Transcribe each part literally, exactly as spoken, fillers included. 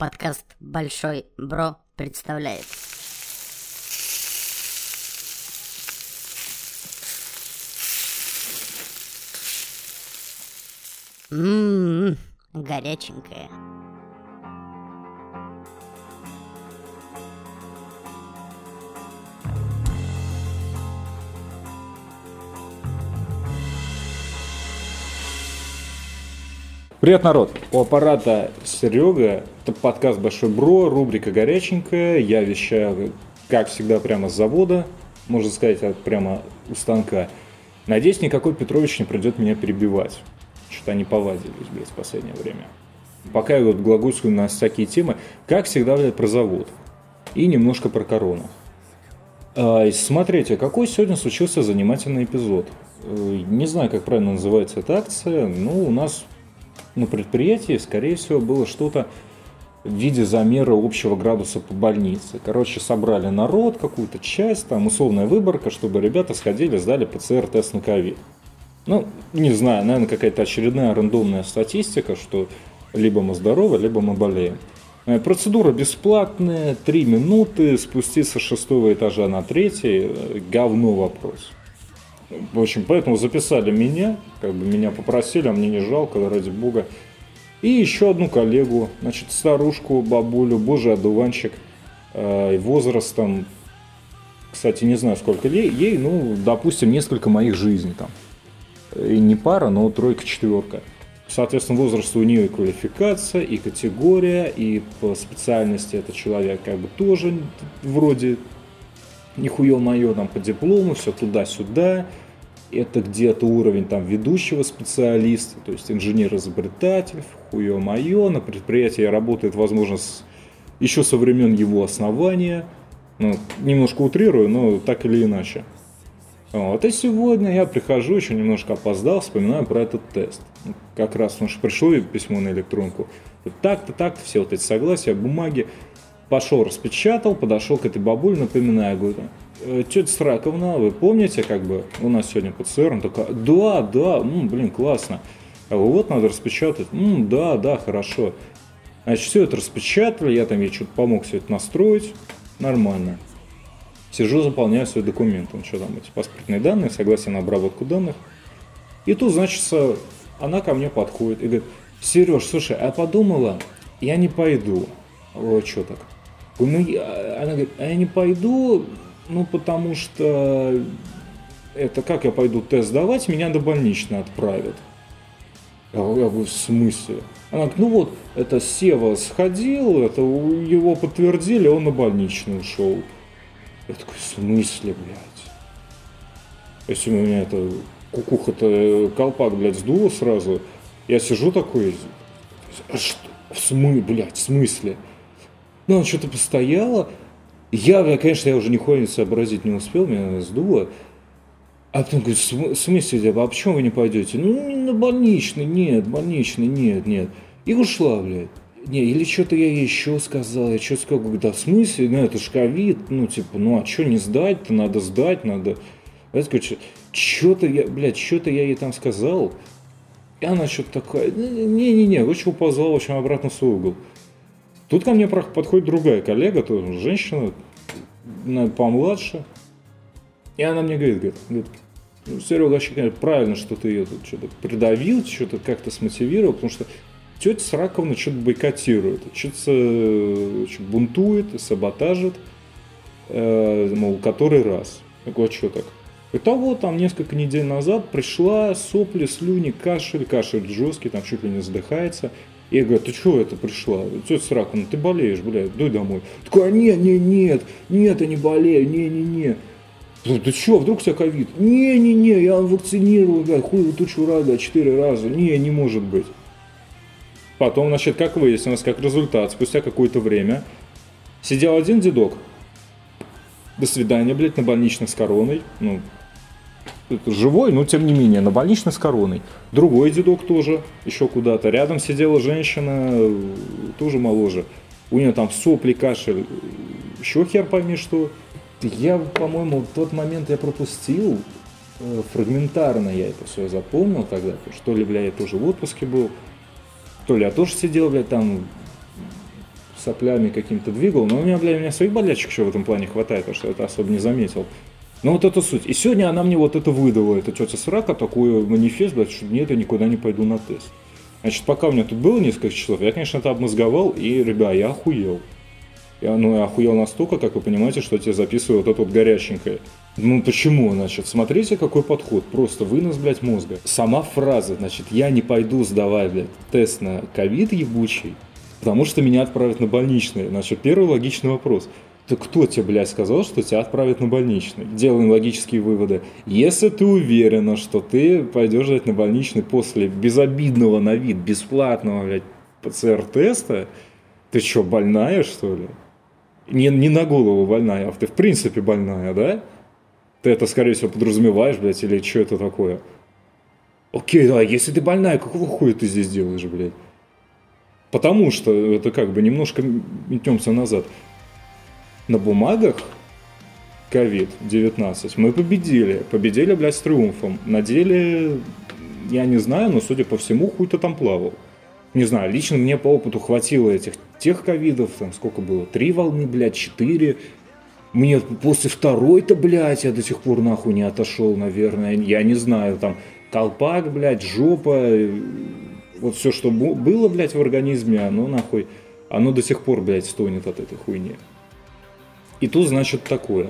Подкаст «Большой Бро» представляет. Ммм, горяченькая. Привет, народ! У аппарата Серега, это подкаст «Большой Бро», рубрика «Горяченькая». Я вещаю, как всегда, прямо с завода, можно сказать, прямо у станка. Надеюсь, никакой Петрович не придет меня перебивать. Что-то они повадились, блядь, в последнее время. Пока я вот глагольствую на всякие темы, как всегда, блядь, про завод. И немножко про корону. А, смотрите, какой сегодня случился занимательный эпизод. Не знаю, как правильно называется эта акция, но у нас на предприятии, скорее всего, было что-то в виде замера общего градуса по больнице. Короче, собрали народ, какую-то часть, там условная выборка, чтобы ребята сходили, сдали ПЦР-тест на ковид. Ну, не знаю, наверное, какая-то очередная рандомная статистика, что либо мы здоровы, либо мы болеем. Процедура бесплатная, три минуты, спуститься с шестого этажа на третий, говно вопрос. В общем, поэтому записали меня, как бы меня попросили, а мне не жалко, ради бога. И еще одну коллегу, значит, старушку, бабулю, божий одуванчик, э, возрастом, кстати, не знаю, сколько ей, ей, ну, допустим, несколько моих жизней там. И не пара, но тройка-четверка. Соответственно, возраст у нее и квалификация, и категория, и по специальности этот человек как бы тоже вроде нихуё моё, там по диплому, все туда-сюда. Это где-то уровень там ведущего специалиста, то есть инженер-изобретатель, хуё моё. На предприятии работает, возможно, с, еще со времен его основания. Ну, немножко утрирую, но так или иначе. Вот, и сегодня я прихожу, еще немножко опоздал, вспоминаю про этот тест. Как раз, потому что пришло письмо на электронку. Так-то, так-то, все вот эти согласия, бумаги. Пошел, распечатал, подошел к этой бабуле, напоминаю, говорю: тетя Сраковна, вы помните, как бы у нас сегодня ПЦР? Он такой: да, да, м, блин, классно. А вот надо распечатать. М, да, да, хорошо. Значит, все это распечатали, я там ей что-то помог все это настроить. Нормально. Сижу, заполняю свои документы. Ну, что там, эти паспортные данные, согласие на обработку данных. И тут, значит, она ко мне подходит и говорит: Сереж, слушай, а подумала, я не пойду. Ой, что так? Ну, я, она говорит: а я не пойду, ну, потому что это как я пойду тест сдавать, меня до больничной отправят. Я говорю: в смысле? Она говорит: ну вот, это Сева сходил, это его подтвердили, он на больничный ушел. Я такой: в смысле, блядь? Если у меня это кукуха-то колпак, блядь, сдуло сразу, я сижу такой: а что? В смысле, блядь, в смысле? Ну, она что-то постояла. Я, конечно, я уже нихуя не сообразить не успел, меня сдуло. А потом говорит: в смысле, а почему вы не пойдете? Ну, на больничный, нет, больничный, нет, нет. И ушла, блядь. Не, или что-то я ей еще сказал, я что-то сказал, говорю: да в смысле, ну это ж ковид, ну типа, ну а что не сдать-то, надо сдать, надо. Знаете, что-то я, блядь, что-то я ей там сказал. И она что-то такая: не-не-не, лучше уползла, в общем, обратно в свой угол. Тут ко мне подходит другая коллега, тоже женщина, помладше. И она мне говорит, говорит, говорит: ну, Серега, вообще, правильно, что ты ее тут что-то придавил, что-то как-то смотивировал, потому что тетя Сраковна что-то бойкотирует, что-то что бунтует, саботажит, э, мол, который раз. Так вот, что так? И того там несколько недель назад пришла, сопли, слюни, кашель, кашель жесткий, там чуть ли не задыхается. И я говорю: ты чего это пришла? Тетя Сраковна, ты болеешь, блядь, дуй домой. Такой: а нет, нет, нет, нет, я не болею, не, не, не. Ну, ты что, вдруг у тебя ковид? Не, не, не, я вакцинировал, блядь, хуй в тучу рада, четыре раза. Не, не может быть. Потом, значит, как выяснилось, как результат, спустя какое-то время сидел один дедок. До свидания, блядь, на больничной с короной. Ну, это живой, но тем не менее, на больничной с короной. Другой дедок тоже, еще куда-то. Рядом сидела женщина, тоже моложе. У нее там сопли, кашель, еще хер пойми что. Я, по-моему, в тот момент я пропустил. Фрагментарно я это все запомнил тогда. Что ли, бля, я тоже в отпуске был. То ли я тоже сидел, блядь, там соплями каким-то двигал, но у меня, бля, у меня своих болячек еще в этом плане хватает, потому что я это особо не заметил. Но вот это суть. И сегодня она мне вот это выдала, эта тетя Срака, такой манифест, блядь, что нет, я никуда не пойду на тест. Значит, пока у меня тут было несколько часов, я, конечно, это обмозговал, и, ребят, я охуел. Я, ну, я охуел настолько, как вы понимаете, что я тебе записываю вот это вот горяченькое. Ну, почему, значит, смотрите, какой подход, просто вынос, блядь, мозга. Сама фраза, значит, я не пойду сдавать, блядь, тест на ковид ебучий, потому что меня отправят на больничный. Значит, первый логичный вопрос. Ты кто тебе, блядь, сказал, что тебя отправят на больничный? Делаем логические выводы. Если ты уверена, что ты пойдешь, блядь, на больничный после безобидного на вид, бесплатного, блядь, ПЦР-теста, ты что, больная, что ли? Не, не на голову больная, а ты в принципе больная, да? Ты это, скорее всего, подразумеваешь, блядь, или что это такое? Окей, да, если ты больная, какого хуя ты здесь делаешь, блядь? Потому что, это как бы, немножко метнемся назад. На бумагах ковид девятнадцать мы победили. Победили, блядь, с триумфом. На деле, я не знаю, но, судя по всему, хуй-то там плавал. Не знаю, лично мне по опыту хватило этих тех ковидов, там сколько было, три волны, блядь, четыре. Мне после второй-то, блядь, я до сих пор нахуй не отошел, наверное. Я не знаю, там колпак, блядь, жопа. Вот все, что было, блядь, в организме, оно нахуй, оно до сих пор, блядь, стонет от этой хуйни. И тут, значит, такое.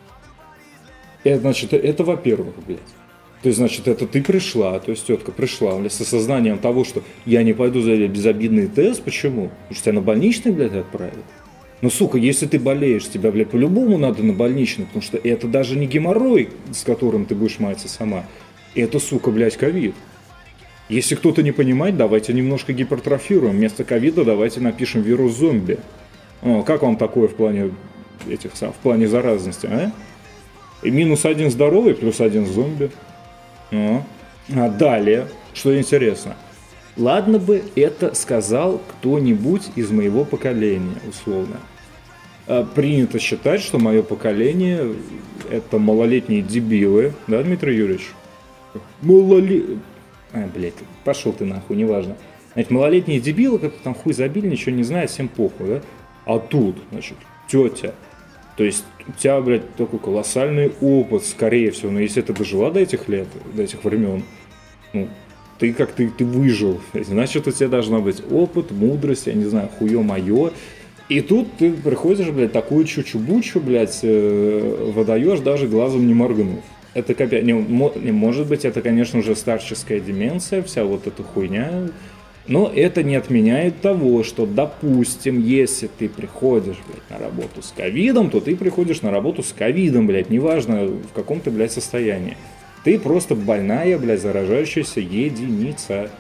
Это, значит, это во-первых, блядь. То есть, значит, это ты пришла, то есть тетка пришла, блядь, с осознанием того, что я не пойду за безобидный тест. Почему? Потому что тебя на больничный, блядь, отправят. Ну, сука, если ты болеешь, тебя, блядь, по-любому надо на больничный, потому что это даже не геморрой, с которым ты будешь маяться сама. Это, сука, блядь, ковид. Если кто-то не понимает, давайте немножко гипертрофируем. Вместо ковида давайте напишем вирус зомби. О, как вам такое в плане этих сам, в плане заразности, а? И минус один здоровый, плюс один зомби. О. А далее, что интересно. Ладно бы это сказал кто-нибудь из моего поколения, условно. А принято считать, что мое поколение это малолетние дебилы, да, Дмитрий Юрьевич? Малолетние... А, блядь, пошел ты нахуй, неважно. Значит, малолетние дебилы, как там хуй забили, ничего не знают, всем похуй, да? А тут, значит, тетя. То есть у тебя, блядь, такой колоссальный опыт, скорее всего, но если ты дожила до этих лет, до этих времен, ну, ты как ты, ты выжил, значит, у тебя должна быть опыт, мудрость, я не знаю, хуё-моё. И тут ты приходишь, блядь, такую чучу-бучу, блядь, э, выдаешь, даже глазом не моргнув. Это копия... Не, не, может быть, это, конечно, уже старческая деменция, вся вот эта хуйня. Но это не отменяет того, что, допустим, если ты приходишь, блядь, на работу с ковидом, то ты приходишь на работу с ковидом, блядь, неважно в каком ты, блядь, состоянии. Ты просто больная, блядь, заражающаяся единица.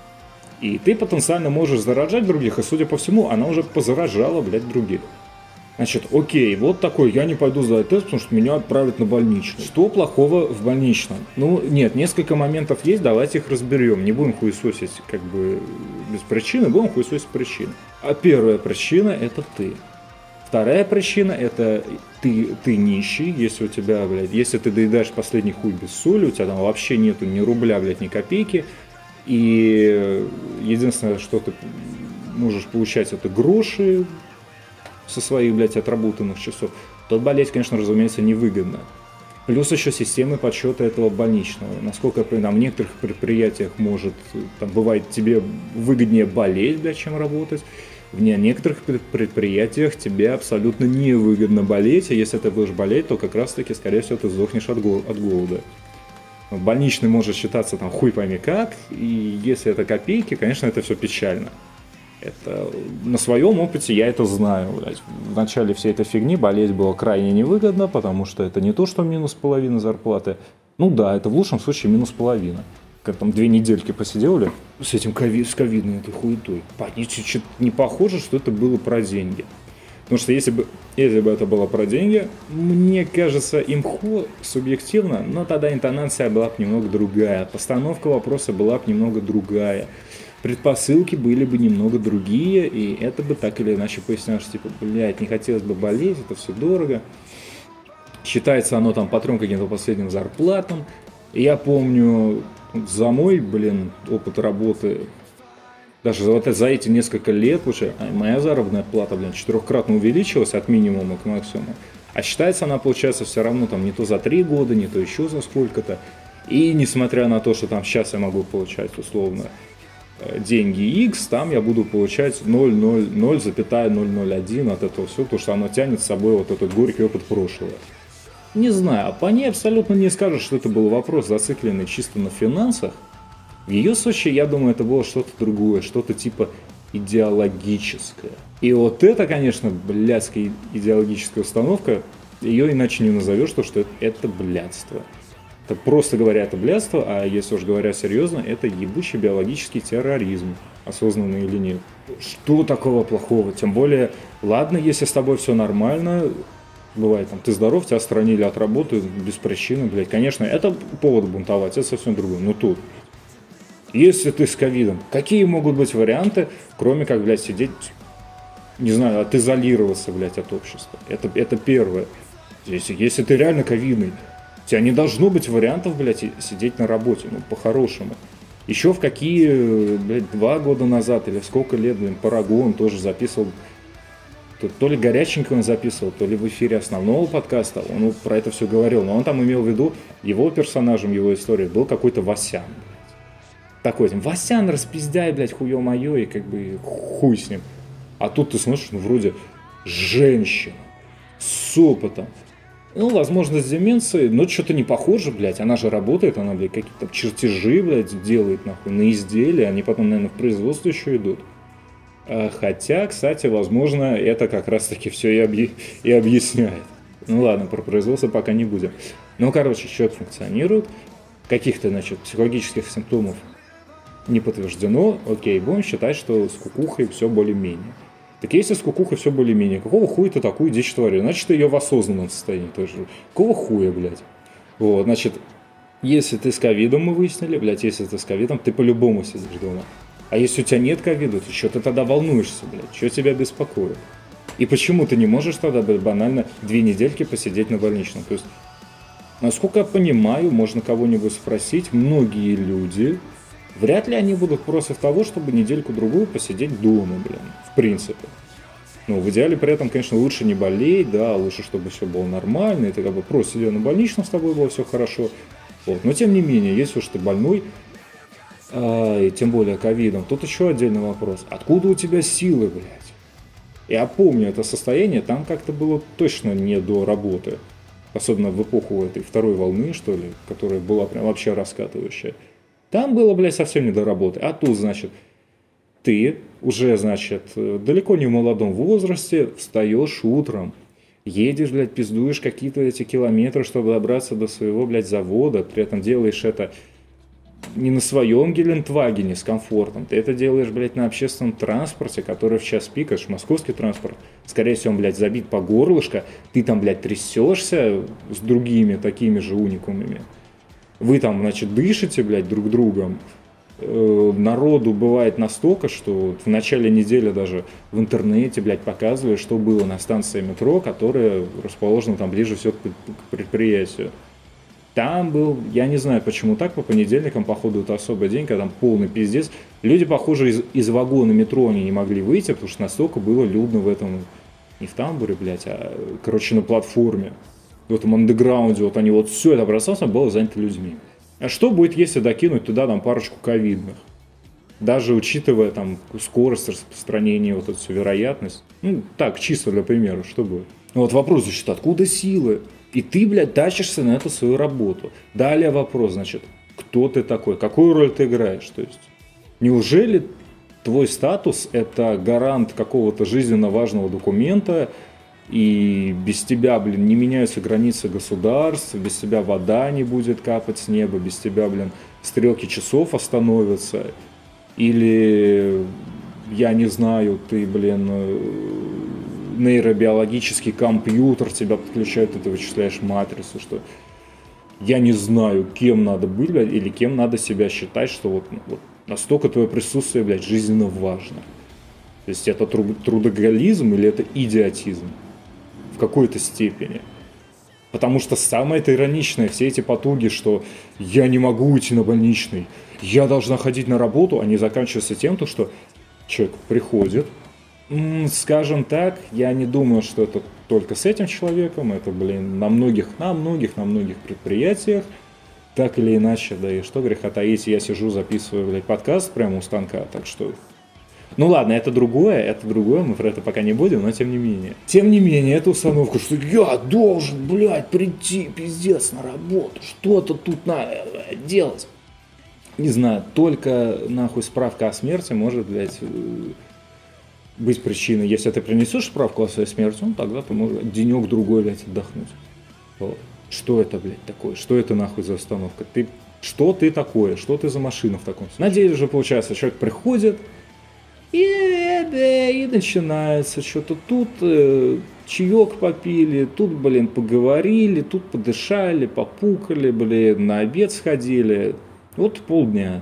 И ты потенциально можешь заражать других, и, судя по всему, она уже позаражала, блядь, других. Значит, окей, вот такой, я не пойду сдать тест, потому что меня отправят на больничный. Что плохого в больничном? Ну, нет, несколько моментов есть, давайте их разберем. Не будем хуесосить, как бы, без причины, будем хуесосить причины. А первая причина – это ты. Вторая причина – это ты, ты нищий, если у тебя, блядь, если ты доедаешь последний хуй без соли, у тебя там вообще нету ни рубля, блядь, ни копейки, и единственное, что ты можешь получать, это гроши со своих, блядь, отработанных часов, то болеть, конечно, разумеется, невыгодно. Плюс еще системы подсчета этого больничного. Насколько я понимаю, в некоторых предприятиях может, там, бывает тебе выгоднее болеть, блядь, чем работать. В некоторых предприятиях тебе абсолютно невыгодно болеть, а если ты будешь болеть, то как раз-таки, скорее всего, ты сдохнешь от, гол- от голода. Больничный может считаться там хуй пойми как, и если это копейки, конечно, это все печально. Это на своем опыте я это знаю, блядь. В начале всей этой фигни болеть было крайне невыгодно, потому что это не то, что минус половина зарплаты. Ну да, это в лучшем случае минус половина. Как там две недельки посидели с этим ковид, с ковидной этой хуетой. Что-то не похоже, что это было про деньги. Потому что если бы, если бы это было про деньги, мне кажется, имхо субъективно, но тогда интонация была бы немного другая, постановка вопроса была бы немного другая, предпосылки были бы немного другие, и это бы так или иначе пояснялось, что типа, блядь, не хотелось бы болеть, это все дорого. Считается оно там по трем каким-то последним зарплатам. И я помню, за мой, блин, опыт работы даже за, вот, за эти несколько лет уже моя заработная плата, блин, четырехкратно увеличилась от минимума к максимуму. А считается она, получается, все равно там не то за три года, не то еще за сколько-то. И несмотря на то, что там сейчас я могу получать условно деньги X, там я буду получать ноль целых ноль ноль один от этого всего, потому что оно тянет с собой вот этот горький опыт прошлого. Не знаю, по ней абсолютно не скажешь, что это был вопрос, зацикленный чисто на финансах. В ее случае, я думаю, это было что-то другое, что-то типа идеологическое. И вот это, конечно, блядская идеологическая установка, ее иначе не назовешь, то, что это, это блядство. Это просто говоря, это блядство, а если уж говоря серьезно, это ебучий биологический терроризм, осознанный или нет. Что такого плохого? Тем более, ладно, если с тобой все нормально, бывает, там, ты здоров, тебя отстранили от работы без причины, блядь. Конечно, это повод бунтовать, это совсем другое. Но тут, если ты с ковидом, какие могут быть варианты, кроме как, блядь, сидеть, не знаю, отизолироваться, блядь, от общества? Это, это первое. Если, если ты реально ковидный, у тебя не должно быть вариантов, блядь, сидеть на работе, ну, по-хорошему. Еще в какие, блядь, два года назад или сколько лет, блин, Парагон тоже записывал, то, то ли горяченько он записывал, то ли в эфире основного подкаста, он про это все говорил, но он там имел в виду, его персонажем, его истории был какой-то Васян, блядь. Такой, Васян, распиздяй, блядь, хуё-моё, и как бы хуй с ним. А тут ты смотришь, ну, вроде женщина с опытом. Ну, возможно, с деменцией, но что-то не похоже, блядь. Она же работает, она, блядь, какие-то чертежи, блядь, делает, нахуй, на изделия. Они потом, наверное, в производство еще идут. Хотя, кстати, возможно, это как раз-таки все и, объ... и объясняет. Ну, ладно, про производство пока не будем. Ну, короче, счет функционирует. Каких-то, значит, психологических симптомов не подтверждено. Окей, будем считать, что с кукухой все более-менее. Так если с кукухой все более-менее, какого хуя ты такую дичь творишь? Значит, ты ее в осознанном состоянии тоже. Какого хуя, блядь? Вот, значит, если ты с ковидом, мы выяснили, блядь, если ты с ковидом, ты по-любому сидишь дома. А если у тебя нет ковида, то что ты тогда волнуешься, блядь? Что тебя беспокоит? И почему ты не можешь тогда, блядь, банально две недельки посидеть на больничном? То есть, насколько я понимаю, можно кого-нибудь спросить, многие люди... Вряд ли они будут против того, чтобы недельку-другую посидеть дома, блин, в принципе. Ну, в идеале при этом, конечно, лучше не болеть, да, лучше, чтобы все было нормально, и ты как бы просто сидел на больничном, с тобой было все хорошо. Вот. Но тем не менее, если уж ты больной, а, и тем более ковидом, тут еще отдельный вопрос. Откуда у тебя силы, блядь? Я помню это состояние, там как-то было точно не до работы. Особенно в эпоху этой второй волны, что ли, которая была прям вообще раскатывающая. Там было, блядь, совсем не до работы. А тут, значит, ты уже, значит, далеко не в молодом возрасте встаешь утром, едешь, блядь, пиздуешь какие-то эти километры, чтобы добраться до своего, блядь, завода. При этом делаешь это не на своем Гелендвагене с комфортом. Ты это делаешь, блядь, на общественном транспорте, который в час пик, это ж московский транспорт. Скорее всего, он, блядь, забит по горлышко. Ты там, блядь, трясешься с другими такими же уникумами. Вы там, значит, дышите, блядь, друг другом. Э, народу бывает настолько, что в начале недели даже в интернете, блядь, показывают, что было на станции метро, которая расположена там ближе всего к предприятию. Там был, я не знаю, почему так, по понедельникам, походу, это особый день, когда там полный пиздец. Люди, похоже, из, из вагона метро они не могли выйти, потому что настолько было людно в этом, не в тамбуре, блядь, а, короче, на платформе. В этом андеграунде, вот они вот все это пространство было занято людьми. А что будет, если докинуть туда там парочку ковидных? Даже учитывая там скорость распространения, вот эту всю вероятность. Ну, так, чисто для примера, что будет? Вот вопрос, значит, откуда силы? И ты, блядь, тащишься на эту свою работу. Далее вопрос, значит, кто ты такой? Какую роль ты играешь? То есть, неужели твой статус – это гарант какого-то жизненно важного документа, и без тебя, блин, не меняются границы государств, без тебя вода не будет капать с неба, без тебя, блин, стрелки часов остановятся, или, я не знаю, ты, блин, нейробиологический компьютер тебя подключает, и ты вычисляешь матрицу, что я не знаю, кем надо быть, блядь, или кем надо себя считать, что вот, вот настолько твое присутствие, блядь, жизненно важно. То есть это трудоголизм или это идиотизм? В какой-то степени. Потому что самое-то ироничное, все эти потуги, что я не могу уйти на больничный, я должна ходить на работу, они заканчиваются тем, что Человек приходит, скажем так, я не думаю, что это только с этим человеком, это, блин, на многих, на многих, на многих предприятиях, так или иначе, да и что греха таить, я сижу, записываю, блядь, подкаст прямо у станка, так что... Ну ладно, это другое, это другое, мы про это пока не будем, но тем не менее. Тем не менее, эта установка, что я должен, блядь, прийти, пиздец, на работу, что-то тут надо делать. Не знаю, только, нахуй, справка о смерти может, блядь, быть причиной. Если ты принесешь справку о своей смерти, ну тогда ты можешь денек-другой, блядь, отдохнуть. Вот. Что это, блядь, такое? Что это, нахуй, за установка? Ты... Что ты такое? Что ты за машина в таком случае? На деле же, получается, человек приходит, и, да, и начинается что-то тут, э, чаек попили, тут, блин, поговорили, тут подышали, попукали, блин, на обед сходили. Вот полдня.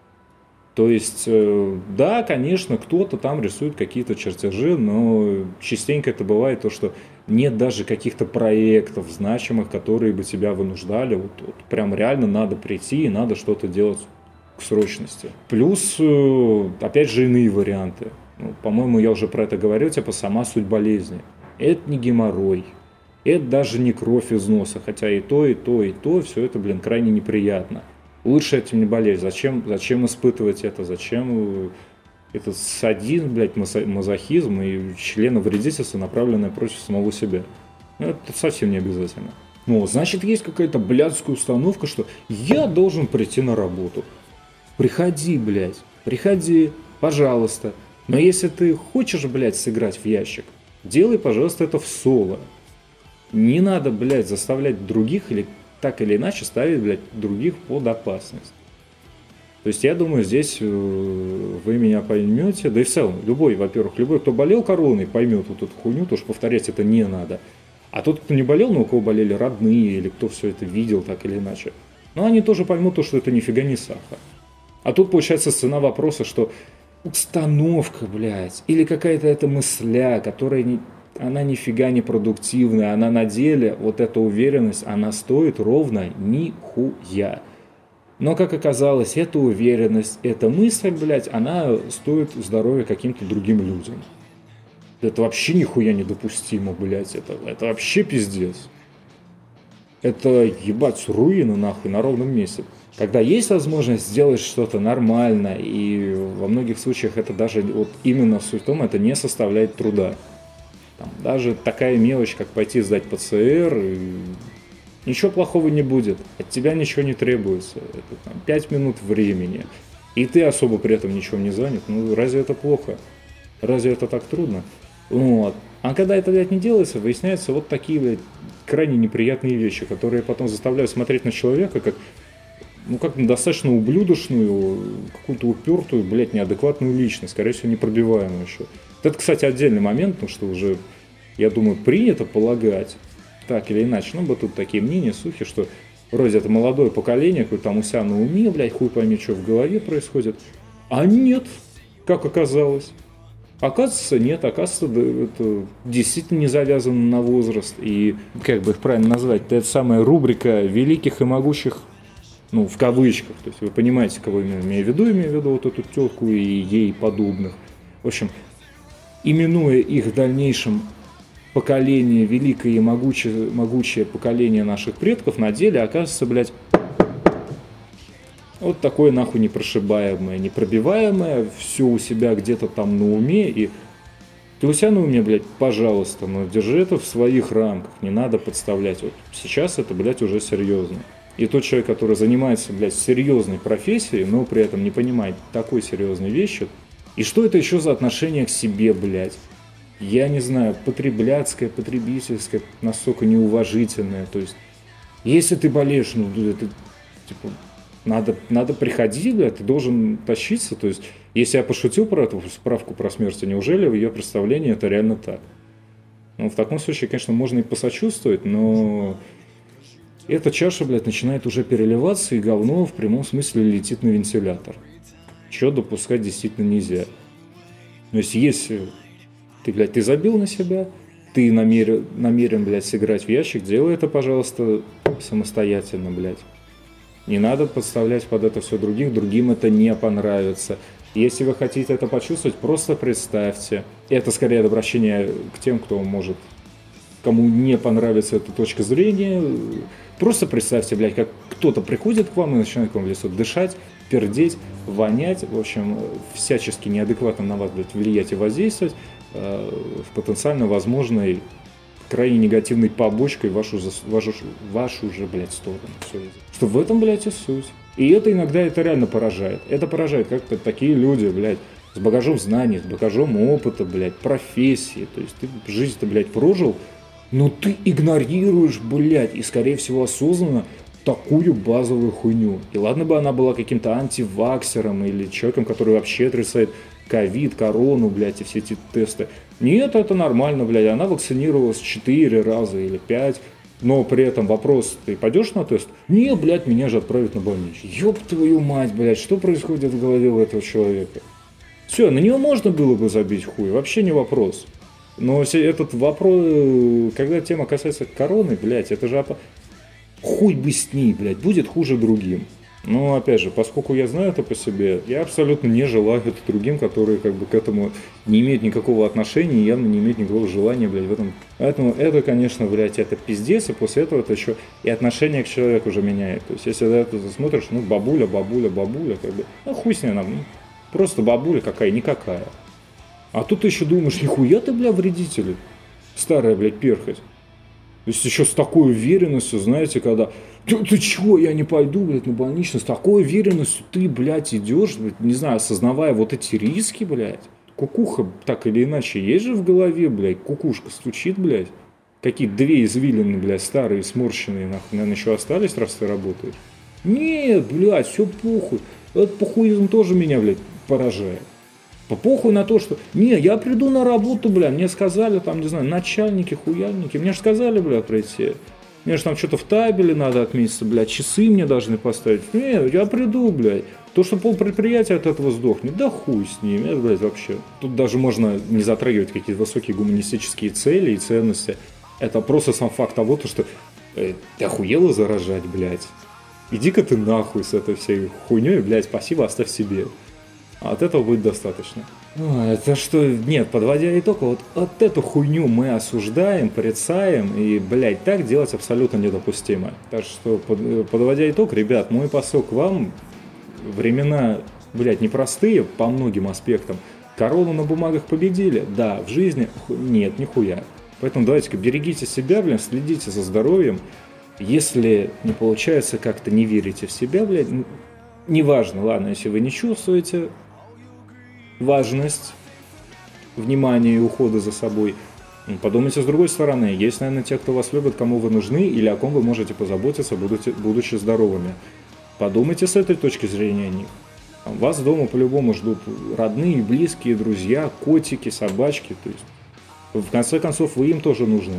То есть, э, да, конечно, кто-то там рисует какие-то чертежи, но частенько это бывает то, что нет даже каких-то проектов значимых, которые бы тебя вынуждали. Вот, вот прям реально надо прийти и надо что-то делать к срочности. Плюс, опять же, иные варианты. Ну, по-моему, я уже про это говорил, типа сама суть болезни. Это не геморрой, это даже не кровь из носа, хотя и то, и то, и то, все это, блин, крайне неприятно. Лучше этим не болеть. Зачем, зачем испытывать это? Зачем этот садизм, блядь, мазохизм и членовредительство, направленное против самого себя? Ну, это совсем не обязательно. Ну, значит, есть какая-то блядская установка, что я должен прийти на работу. Приходи, блядь, приходи, пожалуйста. Но если ты хочешь, блядь, сыграть в ящик, делай, пожалуйста, это в соло. Не надо, блядь, заставлять других или так или иначе ставить, блядь, других под опасность. То есть я думаю, здесь вы меня поймете, да и в целом, любой, во-первых, любой, кто болел короной, поймет вот эту хуйню, потому что повторять это не надо. А тот, кто не болел, но у кого болели родные, или кто все это видел так или иначе, ну, они тоже поймут, что это нифига не сахар. А тут получается цена вопроса, что установка, блядь, или какая-то эта мысля, которая не, она нифига не продуктивная, она на деле, вот эта уверенность, она стоит ровно нихуя. Но, как оказалось, эта уверенность, эта мысль, блядь, она стоит здоровья каким-то другим людям. Это вообще нихуя недопустимо, блядь, это, это вообще пиздец. Это, ебать, руины, нахуй, на ровном месте. Когда есть возможность сделать что-то нормально, и во многих случаях это даже, вот именно суть в том, это не составляет труда. Там, даже такая мелочь, как пойти сдать ПЦР, ничего плохого не будет, от тебя ничего не требуется. Это там, пять минут времени, и ты особо при этом ничего не занят. Ну, разве это плохо? Разве это так трудно? Вот. А когда это, блядь, не делается, выясняются вот такие, блядь, крайне неприятные вещи, которые потом заставляют смотреть на человека как, ну, как на достаточно ублюдочную, какую-то упертую, блядь, неадекватную личность, скорее всего, непробиваемую еще. Это, кстати, отдельный момент, потому что уже, я думаю, принято полагать, так или иначе, ну, вот тут такие мнения, слухи, что вроде это молодое поколение, какое-то там у себя на уме, блядь, хуй пойми, что в голове происходит. А нет, как оказалось. Оказывается, нет, оказывается, да, это действительно не завязано на возраст. И, как бы их правильно назвать, это самая рубрика великих и могучих, ну, в кавычках. То есть вы понимаете, кого я имею в виду, имею в виду вот эту тетку и ей подобных. В общем, именуя их в дальнейшем поколение, великое и могучее, могучее поколение наших предков, на деле оказывается, блядь, вот такое нахуй непрошибаемое, непробиваемое, все у себя где-то там на уме, и ты у себя на уме, блядь, пожалуйста, но держи это в своих рамках, не надо подставлять. Вот сейчас это, блядь, уже серьезно. И тот человек, который занимается, блядь, серьезной профессией, но при этом не понимает такой серьезной вещи, и что это еще за отношение к себе, блядь? Я не знаю, потребляцкое, потребительское, настолько неуважительное, то есть, если ты болеешь, ну, это, типа... Надо, надо приходить, блядь, ты должен тащиться. То есть, если я пошутил про эту справку про смерть, неужели в ее представлении это реально так? Ну, в таком случае, конечно, можно и посочувствовать, но эта чаша, блядь, начинает уже переливаться, и говно в прямом смысле летит на вентилятор. Чего допускать действительно нельзя. То есть, если ты, блядь, ты забил на себя, ты намерен, намерен, блядь, сыграть в ящик, делай это, пожалуйста, самостоятельно, блядь. Не надо подставлять под это все других, другим это не понравится. Если вы хотите это почувствовать, просто представьте. Это скорее обращение к тем, кто может, кому не понравится эта точка зрения. Просто представьте, блядь, как кто-то приходит к вам и начинает к вам в лицо дышать, пердеть, вонять, в общем, всячески неадекватно на вас, блядь, влиять и воздействовать э, в потенциально возможной крайне негативной побочкой вашу, вашу, вашу же, блядь, сторону. Все. Что в этом, блядь, и суть. И это иногда это реально поражает. Это поражает как-то такие люди, блядь, с багажом знаний, с багажом опыта, блядь, профессии. То есть ты жизнь-то, блядь, прожил, но ты игнорируешь, блядь, и, скорее всего, осознанно такую базовую хуйню. И ладно бы она была каким-то антиваксером или человеком, который вообще отрицает ковид, корону, блядь, и все эти тесты. Нет, это нормально, блядь, она вакцинировалась четыре раза или пять, но при этом вопрос, ты пойдешь на тест? Не, блядь, меня же отправят на больничный. Ёб твою мать, блядь, что происходит в голове у этого человека? Все, на него можно было бы забить хуй, вообще не вопрос. Но этот вопрос, когда тема касается короны, блядь, это же опа... хуй бы с ней, блядь, будет хуже другим. Но, опять же, поскольку я знаю это по себе, я абсолютно не желаю это другим, которые как бы к этому не имеют никакого отношения и явно не имеют никакого желания, блядь, в этом. Поэтому это, конечно, блядь, это пиздец, и после этого это еще и отношение к человеку уже меняет. То есть, если ты смотришь, ну, бабуля, бабуля, бабуля, как бы, ну, хуй с ней нам, ну, просто бабуля какая-никакая. А тут ты еще думаешь, нихуя ты, бля, вредитель, старая, блядь, перхоть. То есть еще с такой уверенностью, знаете, когда ты, ты чего, я не пойду, блядь, на больничный, с такой уверенностью ты, блядь, идешь, блядь, не знаю, осознавая вот эти риски, блядь. Кукуха так или иначе есть же в голове, блядь, кукушка стучит, блядь. Какие две извилины, блядь, старые, сморщенные, нахуй, наверное, еще остались, раз ты работаешь. Нет, блядь, все похуй. Этот похуизм тоже меня, блядь, поражает. По похуй на то, что... Не, я приду на работу, бля, мне сказали, там, не знаю, начальники, хуяльники, мне же сказали, бля, прийти. Мне же там что-то в табеле надо отметиться, бля, часы мне должны поставить. Не, я приду, блядь. То, что полпредприятия от этого сдохнет, да хуй с ними, это, блядь, вообще. Тут даже можно не затрагивать какие-то высокие гуманистические цели и ценности. Это просто сам факт того, что э, ты охуела заражать, блядь. Иди-ка ты нахуй с этой всей хуйней, блядь, спасибо, оставь себе. От этого будет достаточно. Это что, нет, подводя итог, вот, вот эту хуйню мы осуждаем, порицаем, и, блядь, так делать абсолютно недопустимо. Так что, под, подводя итог, ребят, мой посыл к вам, времена, блядь, непростые по многим аспектам. Корону на бумагах победили, да, в жизни нет, нихуя. Поэтому давайте-ка берегите себя, блядь, следите за здоровьем. Если не получается, как-то не верите в себя, блядь, неважно, ладно, если вы не чувствуете важность внимания и ухода за собой, подумайте с другой стороны. Есть, наверное, те, кто вас любит, кому вы нужны или о ком вы можете позаботиться, будучи, будучи здоровыми. Подумайте с этой точки зрения о них. Вас дома по-любому ждут родные, близкие, друзья, котики, собачки. То есть, в конце концов, вы им тоже нужны.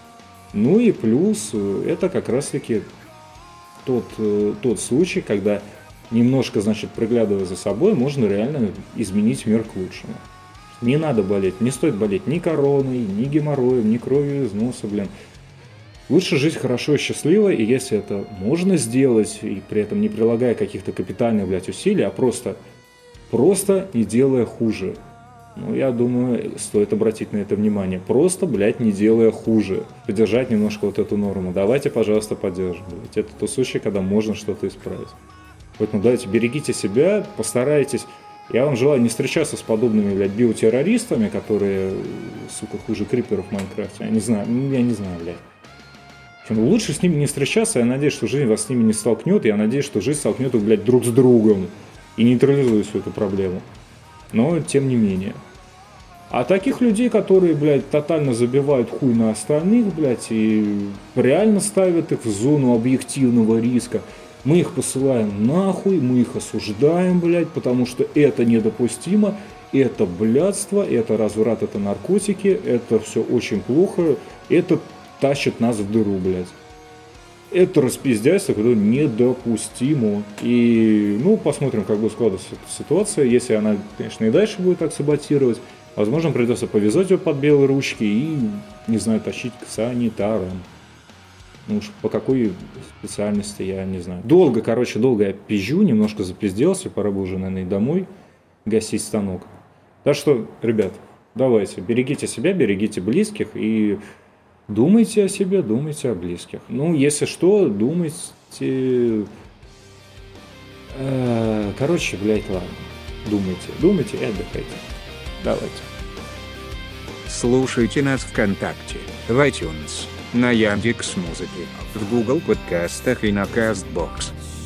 Ну и плюс, это как раз-таки тот, тот случай, когда немножко, значит, приглядывая за собой, можно реально изменить мир к лучшему. Не надо болеть, не стоит болеть ни короной, ни геморроем, ни кровью из носа, блин. Лучше жить хорошо и счастливо, и если это можно сделать, и при этом не прилагая каких-то капитальных, блядь, усилий, а просто, просто не делая хуже. Ну, я думаю, стоит обратить на это внимание. Просто, блядь, не делая хуже. Поддержать немножко вот эту норму. Давайте, пожалуйста, поддержим. Блядь. Это тот случай, когда можно что-то исправить. Поэтому давайте, берегите себя, постарайтесь. Я вам желаю не встречаться с подобными, блядь, биотеррористами, которые, сука, хуже криперов в Майнкрафте. Я не знаю, я не знаю, блядь. Лучше с ними не встречаться, я надеюсь, что жизнь вас с ними не столкнет, и я надеюсь, что жизнь столкнет их, блядь, друг с другом и нейтрализует всю эту проблему. Но, тем не менее. А таких людей, которые, блядь, тотально забивают хуй на остальных, блядь, и реально ставят их в зону объективного риска, мы их посылаем нахуй, мы их осуждаем, блядь, потому что это недопустимо, это блядство, это разврат, это наркотики, это все очень плохо, это тащит нас в дыру, блядь. Это распиздяйство, которое недопустимо. И, ну, посмотрим, как будет складываться ситуация. Если она, конечно, и дальше будет так саботировать, возможно, придется повязать ее под белые ручки и, не знаю, тащить к санитарам. Ну уж по какой специальности, я не знаю. Долго, короче, долго я пизжу, немножко запизделся, пора бы уже, наверное, и домой. гасить станок. Так что, ребят, давайте, берегите себя, берегите близких и думайте о себе, думайте о близких. Ну, если что, думайте... Короче, блядь, ладно. Думайте, думайте и отдыхайте. Давайте. Слушайте нас ВКонтакте, в iTunes, на Яндекс.Музыке, в Google подкастах и на Castbox.